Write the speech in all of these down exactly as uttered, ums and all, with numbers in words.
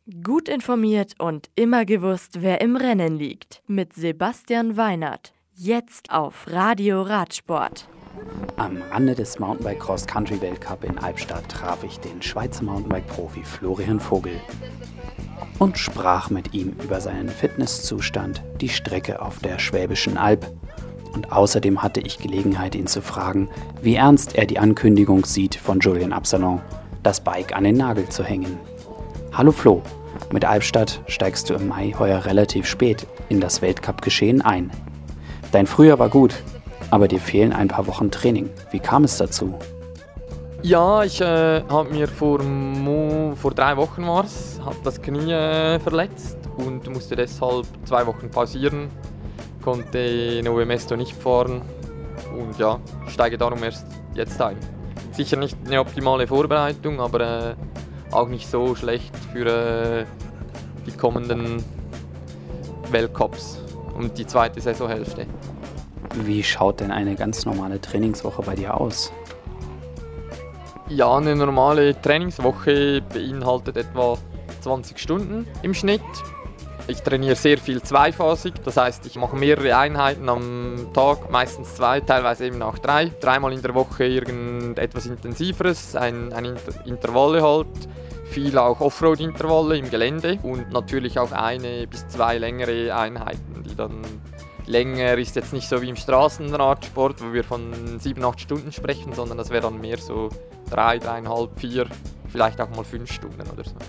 Gut informiert und immer gewusst, wer im Rennen liegt. Mit Sebastian Weinert. Jetzt auf Radio Radsport. Am Rande des Mountainbike Cross Country Weltcup in Albstadt traf ich den Schweizer Mountainbike-Profi Florian Vogel und sprach mit ihm über seinen Fitnesszustand, die Strecke auf der Schwäbischen Alb. Und außerdem hatte ich Gelegenheit, ihn zu fragen, wie ernst er die Ankündigung sieht von Julien Absalon, das Bike an den Nagel zu hängen. Hallo Flo, mit Albstadt steigst du im Mai heuer relativ spät in das Weltcup-Geschehen ein. Dein Frühjahr war gut, aber dir fehlen ein paar Wochen Training. Wie kam es dazu? Ja, ich äh, habe mir vor, Mo- vor drei Wochen war's, hab das Knie äh, verletzt und musste deshalb zwei Wochen pausieren, konnte Nove Mesto nicht fahren und ja, steige darum erst jetzt ein. Sicher nicht eine optimale Vorbereitung, aber äh, auch nicht so schlecht für äh, die kommenden Weltcups und die zweite Saisonhälfte. Wie schaut denn eine ganz normale Trainingswoche bei dir aus? Ja, eine normale Trainingswoche beinhaltet etwa zwanzig Stunden im Schnitt. Ich trainiere sehr viel zweiphasig, das heißt, ich mache mehrere Einheiten am Tag, meistens zwei, teilweise eben auch drei. Dreimal in der Woche irgendetwas Intensiveres, ein, ein Inter- Intervalle halt, viel auch Offroad-Intervalle im Gelände und natürlich auch eine bis zwei längere Einheiten, die dann länger ist jetzt nicht so wie im Straßenradsport, wo wir von sieben, acht Stunden sprechen, sondern das wäre dann mehr so drei, dreieinhalb, vier, vielleicht auch mal fünf Stunden oder so.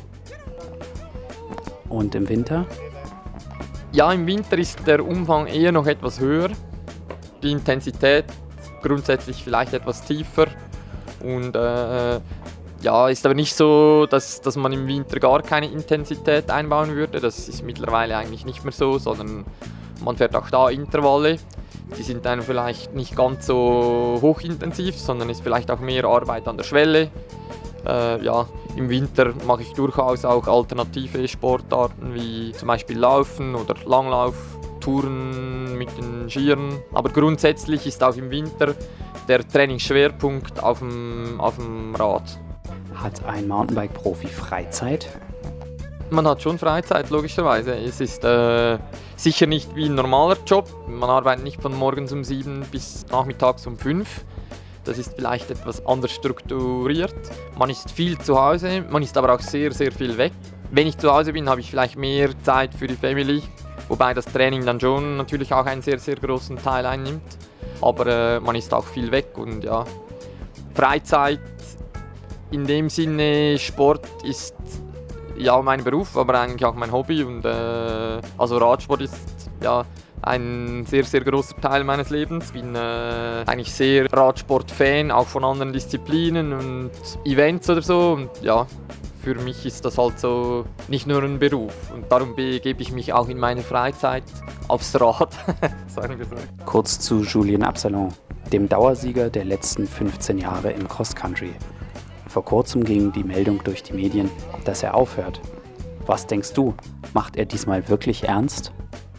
Und im Winter? Ja, im Winter ist der Umfang eher noch etwas höher, die Intensität grundsätzlich vielleicht etwas tiefer und äh, ja, ist aber nicht so, dass, dass man im Winter gar keine Intensität einbauen würde. Das ist mittlerweile eigentlich nicht mehr so, sondern man fährt auch da Intervalle. Die sind dann vielleicht nicht ganz so hochintensiv, sondern ist vielleicht auch mehr Arbeit an der Schwelle. Äh, ja, im Winter mache ich durchaus auch alternative Sportarten wie zum Beispiel Laufen oder Langlauf, Touren mit den Skiern. Aber grundsätzlich ist auch im Winter der Trainingsschwerpunkt auf dem, auf dem Rad. Hat ein Mountainbike-Profi Freizeit? Man hat schon Freizeit, logischerweise. Es ist äh, sicher nicht wie ein normaler Job. Man arbeitet nicht von morgens um sieben bis nachmittags um fünf. Das ist vielleicht etwas anders strukturiert. Man ist viel zu Hause, man ist aber auch sehr, sehr viel weg. Wenn ich zu Hause bin, habe ich vielleicht mehr Zeit für die Family, wobei das Training dann schon natürlich auch einen sehr, sehr großen Teil einnimmt. Aber äh, man ist auch viel weg und ja, Freizeit in dem Sinne, Sport ist ja mein Beruf, aber eigentlich auch mein Hobby und äh, also Radsport ist ja ein sehr, sehr großer Teil meines Lebens. Ich bin äh, eigentlich sehr Radsport-Fan, auch von anderen Disziplinen und Events oder so. Und ja, für mich ist das halt so nicht nur ein Beruf. Und darum begebe ich mich auch in meiner Freizeit aufs Rad, sagen wir so. Kurz zu Julien Absalon, dem Dauersieger der letzten fünfzehn Jahre im Cross-Country. Vor kurzem ging die Meldung durch die Medien, dass er aufhört. Was denkst du, macht er diesmal wirklich ernst?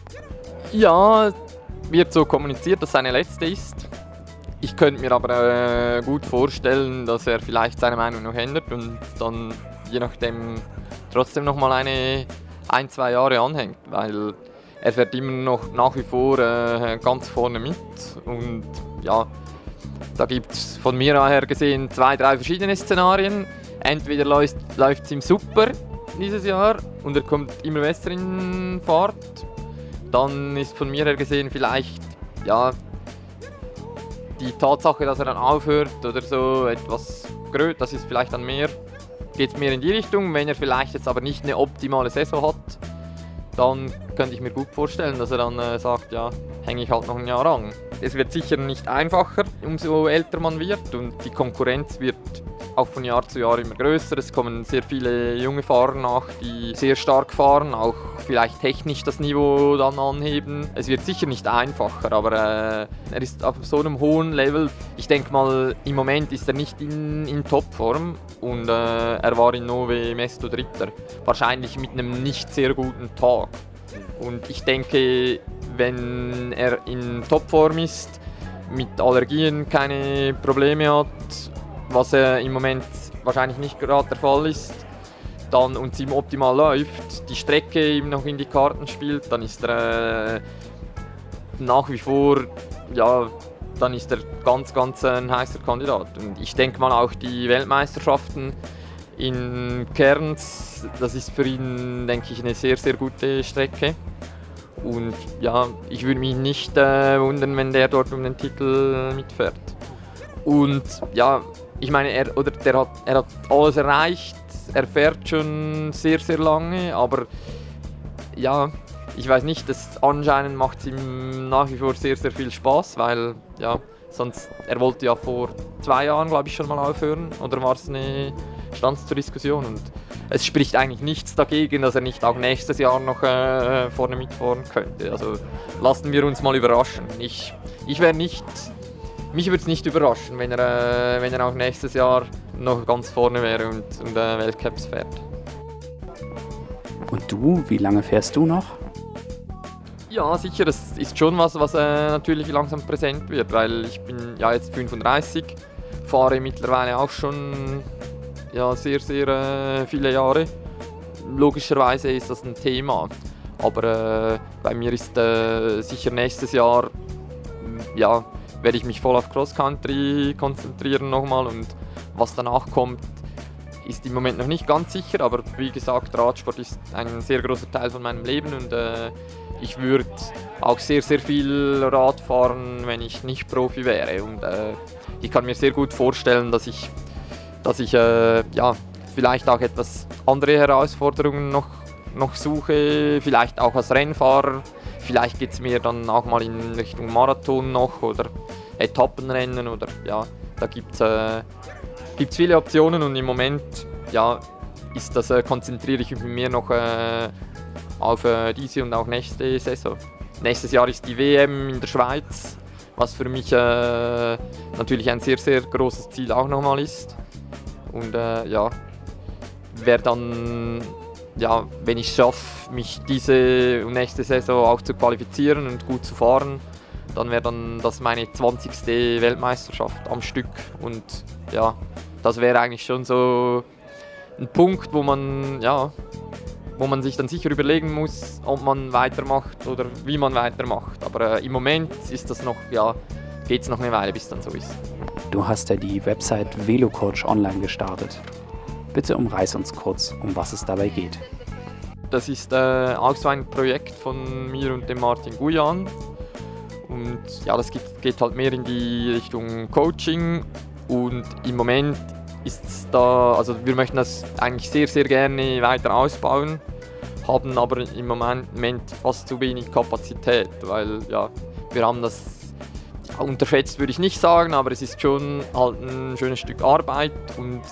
Ja, wird so kommuniziert, dass seine letzte ist. Ich könnte mir aber äh, gut vorstellen, dass er vielleicht seine Meinung noch ändert und dann je nachdem trotzdem noch mal eine ein, zwei Jahre anhängt, weil er fährt immer noch nach wie vor äh, ganz vorne mit und ja, da gibt es von mir her gesehen zwei, drei verschiedene Szenarien. Entweder läuft es ihm super dieses Jahr und er kommt immer besser in Fahrt. Dann ist von mir her gesehen vielleicht ja, die Tatsache, dass er dann aufhört oder so etwas größer, das ist vielleicht dann mehr, geht es mehr in die Richtung. Wenn er vielleicht jetzt aber nicht eine optimale Saison hat, dann könnte ich mir gut vorstellen, dass er dann äh, sagt, ja, hänge ich halt noch ein Jahr an. Es wird sicher nicht einfacher, umso älter man wird und die Konkurrenz wird auch von Jahr zu Jahr immer größer. Es kommen sehr viele junge Fahrer nach, die sehr stark fahren, auch vielleicht technisch das Niveau dann anheben. Es wird sicher nicht einfacher, aber äh, er ist auf so einem hohen Level. Ich denke mal, im Moment ist er nicht in, in Topform und äh, er war in Nove Mesto Dritter. Wahrscheinlich mit einem nicht sehr guten Tag. Und ich denke, wenn er in Topform ist, mit Allergien keine Probleme hat, was äh, im Moment wahrscheinlich nicht gerade der Fall ist, dann und es ihm optimal läuft, die Strecke ihm noch in die Karten spielt, dann ist er äh, nach wie vor, ja, dann ist er ganz, ganz ein heißer Kandidat. Und ich denke mal auch die Weltmeisterschaften in Cairns, das ist für ihn, denke ich, eine sehr, sehr gute Strecke. Und ja, ich würde mich nicht äh, wundern, wenn der dort um den Titel mitfährt. Und ja, ich meine, er, oder der hat, er hat alles erreicht, er fährt schon sehr, sehr lange, aber ja, ich weiß nicht, das anscheinend macht es ihm nach wie vor sehr, sehr viel Spaß, weil ja, sonst, er wollte ja vor zwei Jahren, glaube ich, schon mal aufhören, oder war es eine, stand es zur Diskussion, und es spricht eigentlich nichts dagegen, dass er nicht auch nächstes Jahr noch äh, vorne mitfahren könnte. Also lassen wir uns mal überraschen. Ich, ich wäre nicht, mich würde es nicht überraschen, wenn er, äh, wenn er auch nächstes Jahr noch ganz vorne wäre und, und äh, Weltcups fährt. Und du, wie lange fährst du noch? Ja, sicher, das ist schon was, was äh, natürlich langsam präsent wird, weil ich bin ja jetzt fünfunddreißig, fahre mittlerweile auch schon ja, sehr, sehr äh, viele Jahre. Logischerweise ist das ein Thema, aber äh, bei mir ist äh, sicher nächstes Jahr, ja, werde ich mich voll auf Cross-Country konzentrieren nochmal, und was danach kommt, ist im Moment noch nicht ganz sicher, aber wie gesagt, Radsport ist ein sehr großer Teil von meinem Leben, und äh, ich würde auch sehr, sehr viel Rad fahren, wenn ich nicht Profi wäre, und äh, ich kann mir sehr gut vorstellen, dass ich dass ich äh, ja, vielleicht auch etwas andere Herausforderungen noch, noch suche, vielleicht auch als Rennfahrer. Vielleicht geht es mir dann auch mal in Richtung Marathon noch oder Etappenrennen, oder ja, da gibt es äh, gibt's viele Optionen, und im Moment ja, ist das, äh, konzentriere ich mich mehr noch äh, auf äh, diese und auch nächste Saison. Nächstes Jahr ist die W M in der Schweiz, was für mich äh, natürlich ein sehr, sehr großes Ziel auch nochmal ist. Und äh, ja, wäre dann, ja, wenn ich es schaffe, mich diese und nächste Saison auch zu qualifizieren und gut zu fahren, dann wäre dann das meine zwanzigste Weltmeisterschaft am Stück. Und ja, das wäre eigentlich schon so ein Punkt, wo man, ja, wo man sich dann sicher überlegen muss, ob man weitermacht oder wie man weitermacht. Aber äh, im Moment ist das noch, ja, geht es noch eine Weile, bis dann so ist. Du hast ja die Website Velocoach online gestartet. Bitte umreiß uns kurz, um was es dabei geht. Das ist äh, auch so ein Projekt von mir und dem Martin Guyan. Und ja, das geht, geht halt mehr in die Richtung Coaching. Und im Moment ist es da, also wir möchten das eigentlich sehr, sehr gerne weiter ausbauen, haben aber im Moment fast zu wenig Kapazität, weil ja, wir haben das unterschätzt, würde ich nicht sagen, aber es ist schon halt ein schönes Stück Arbeit, und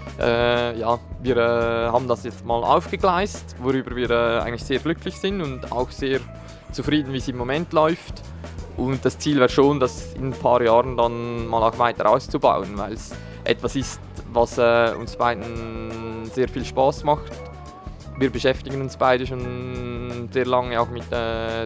äh, ja, wir äh, haben das jetzt mal aufgegleist, worüber wir äh, eigentlich sehr glücklich sind und auch sehr zufrieden, wie es im Moment läuft. Und das Ziel wäre schon, das in ein paar Jahren dann mal auch weiter auszubauen, weil es etwas ist, was äh, uns beiden sehr viel Spaß macht. Wir beschäftigen uns beide schon sehr lange auch mit äh,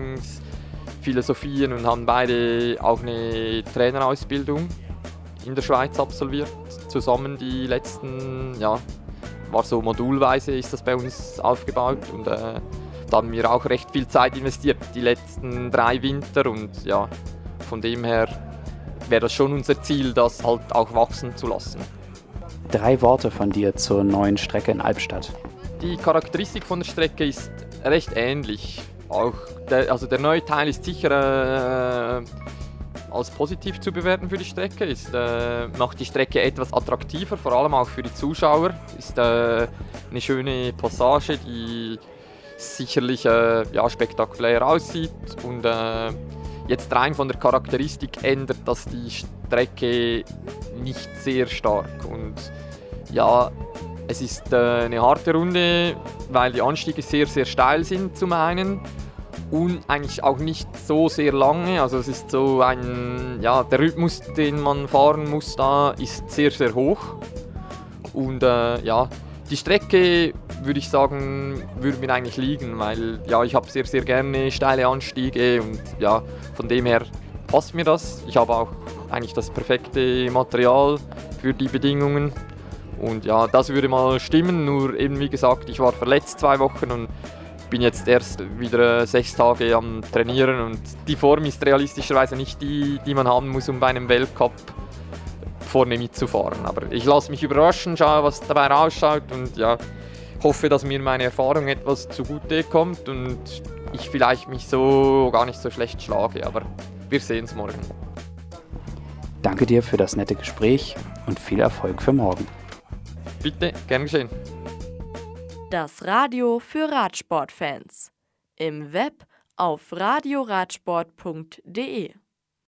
Trainingsphilosophien und haben beide auch eine Trainerausbildung in der Schweiz absolviert. Zusammen die letzten, ja, war so modulweise ist das bei uns aufgebaut, und äh, da haben wir auch recht viel Zeit investiert, die letzten drei Winter, und ja, von dem her wäre das schon unser Ziel, das halt auch wachsen zu lassen. Drei Worte von dir zur neuen Strecke in Albstadt. Die Charakteristik von der Strecke ist recht ähnlich. Auch der, also der neue Teil ist sicher äh, als positiv zu bewerten für die Strecke. Ist, äh, macht die Strecke etwas attraktiver, vor allem auch für die Zuschauer. Ist äh, eine schöne Passage, die sicherlich äh, ja, spektakulär aussieht, und äh, jetzt rein von der Charakteristik ändert das die Strecke nicht sehr stark. Und ja, es ist äh, eine harte Runde, weil die Anstiege sehr, sehr steil sind zum einen und eigentlich auch nicht so sehr lange. Also es ist so ein, ja, der Rhythmus, den man fahren muss, da ist sehr, sehr hoch. Und äh, ja, die Strecke, würde ich sagen, würde mir eigentlich liegen, weil ja, ich habe sehr, sehr gerne steile Anstiege, und ja, von dem her passt mir das. Ich habe auch eigentlich das perfekte Material für die Bedingungen, Und ja, das würde mal stimmen, nur eben wie gesagt, ich war verletzt zwei Wochen und bin jetzt erst wieder äh, sechs Tage am Trainieren und die Form ist realistischerweise nicht die, die man haben muss, um bei einem Weltcup vorne mitzufahren. Aber ich lasse mich überraschen, schaue, was dabei rausschaut und ja, hoffe, dass mir meine Erfahrung etwas zugute kommt und ich vielleicht mich so gar nicht so schlecht schlage, aber wir sehen es morgen. Danke dir für das nette Gespräch und viel Erfolg für morgen. Bitte, gern geschehen. Das Radio für Radsportfans. Im Web auf radioradsport punkt de